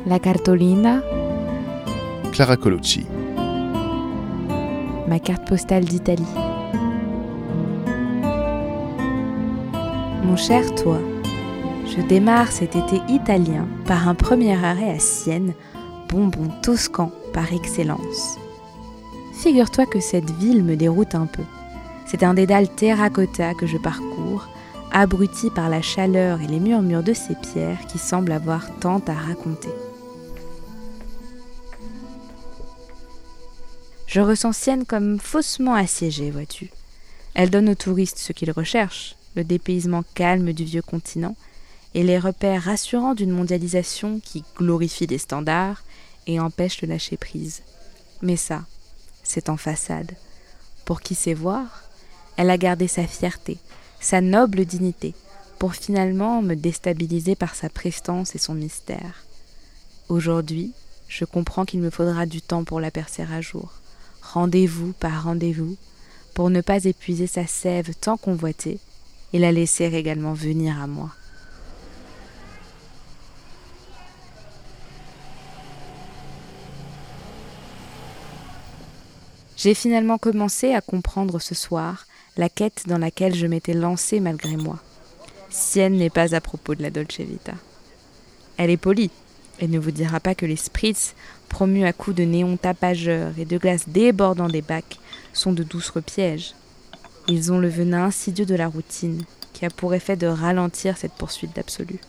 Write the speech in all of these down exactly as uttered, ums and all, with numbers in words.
La cartolina, Clara Colucci. ma carte postale d'Italie. Mon cher toi, je démarre cet été italien par un premier arrêt à Sienne, bonbon toscan par excellence. Figure-toi que cette ville me déroute un peu. C'est un dédale terracotta que je parcours, abruti par la chaleur et les murmures de ces pierres qui semblent avoir tant à raconter. Je ressens Sienne comme faussement assiégée, vois-tu. Elle donne aux touristes ce qu'ils recherchent, le dépaysement calme du vieux continent et les repères rassurants d'une mondialisation qui glorifie les standards et empêche de lâcher prise. Mais ça, c'est en façade. Pour qui sait voir, elle a gardé sa fierté, sa noble dignité, pour finalement me déstabiliser par sa prestance et son mystère. Aujourd'hui, je comprends qu'il me faudra du temps pour la percer à jour. Rendez-vous par rendez-vous, pour ne pas épuiser sa sève tant convoitée et la laisser également venir à moi. J'ai finalement commencé à comprendre ce soir la quête dans laquelle je m'étais lancée malgré moi. Sienne n'est pas à propos de la Dolce Vita. Elle est polie et ne vous dira pas que les spritz, promus à coups de néons tapageurs et de glace débordant des bacs, sont de douces pièges. Ils ont le venin insidieux de la routine, qui a pour effet de ralentir cette poursuite d'absolu.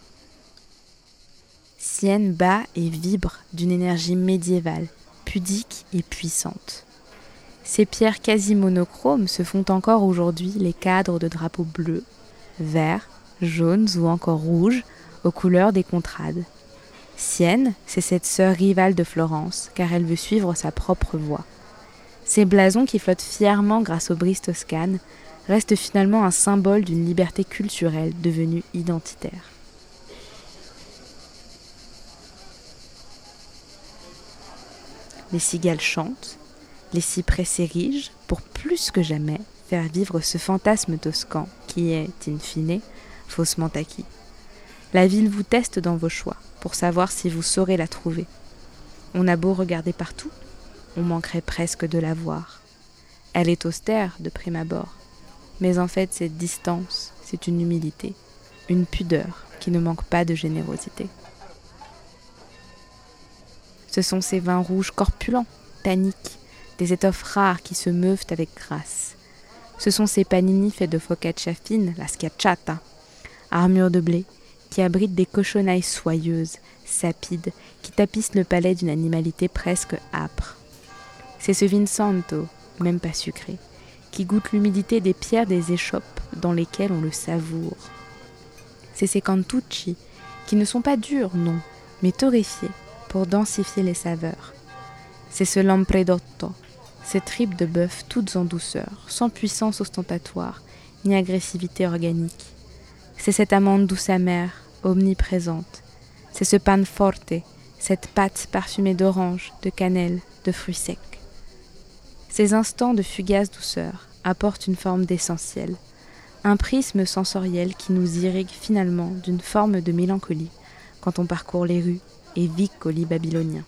Sienne bat et vibre d'une énergie médiévale, pudique et puissante. Ces pierres quasi monochromes se font encore aujourd'hui les cadres de drapeaux bleus, verts, jaunes ou encore rouges, aux couleurs des contrades. Sienne, c'est cette sœur rivale de Florence, car elle veut suivre sa propre voie. Ces blasons qui flottent fièrement grâce aux brises toscanes restent finalement un symbole d'une liberté culturelle devenue identitaire. Les cigales chantent, les cyprès s'érigent pour plus que jamais faire vivre ce fantasme toscan qui est, in fine, faussement acquis. La ville vous teste dans vos choix pour savoir si vous saurez la trouver. On a beau regarder partout, on manquerait presque de la voir. Elle est austère de prime abord, mais en fait cette distance, c'est une humilité, une pudeur qui ne manque pas de générosité. Ce sont ces vins rouges corpulents, tanniques, des étoffes rares qui se meuvent avec grâce. Ce sont ces panini faits de focaccia fine, la schiacciata, armure de blé, qui abritent des cochonailles soyeuses, sapides, qui tapissent le palais d'une animalité presque âpre. C'est ce Vinsanto, même pas sucré, qui goûte l'humidité des pierres des échoppes dans lesquelles on le savoure. C'est ces cantucci, qui ne sont pas durs, non, mais torréfiés, pour densifier les saveurs. C'est ce lampredotto, ces tripes de bœuf toutes en douceur, sans puissance ostentatoire, ni agressivité organique. C'est cette amande douce amère, omniprésente. C'est ce pan forte, cette pâte parfumée d'orange, de cannelle, de fruits secs. Ces instants de fugace douceur apportent une forme d'essentiel, un prisme sensoriel qui nous irrigue finalement d'une forme de mélancolie quand on parcourt les rues et vique au lit babylonien.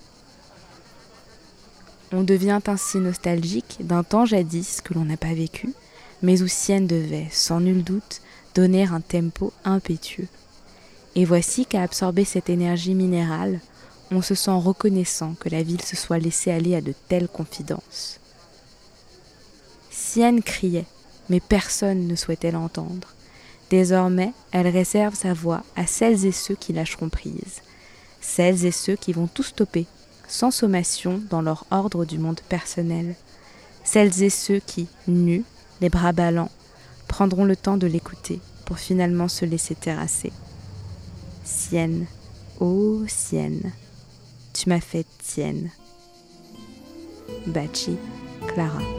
On devient ainsi nostalgique d'un temps jadis que l'on n'a pas vécu, mais où Sienne devait, sans nul doute, donner un tempo impétueux. Et voici qu'à absorber cette énergie minérale, on se sent reconnaissant que la ville se soit laissée aller à de telles confidences. Sienne criait, mais personne ne souhaitait l'entendre. Désormais, elle réserve sa voix à celles et ceux qui lâcheront prise, celles et ceux qui vont tout stopper, sans sommation dans leur ordre du monde personnel, celles et ceux qui, nus, les bras ballants, prendront le temps de l'écouter pour finalement se laisser terrasser. Sienne, ô Sienne, tu m'as fait tienne. Baci, Clara.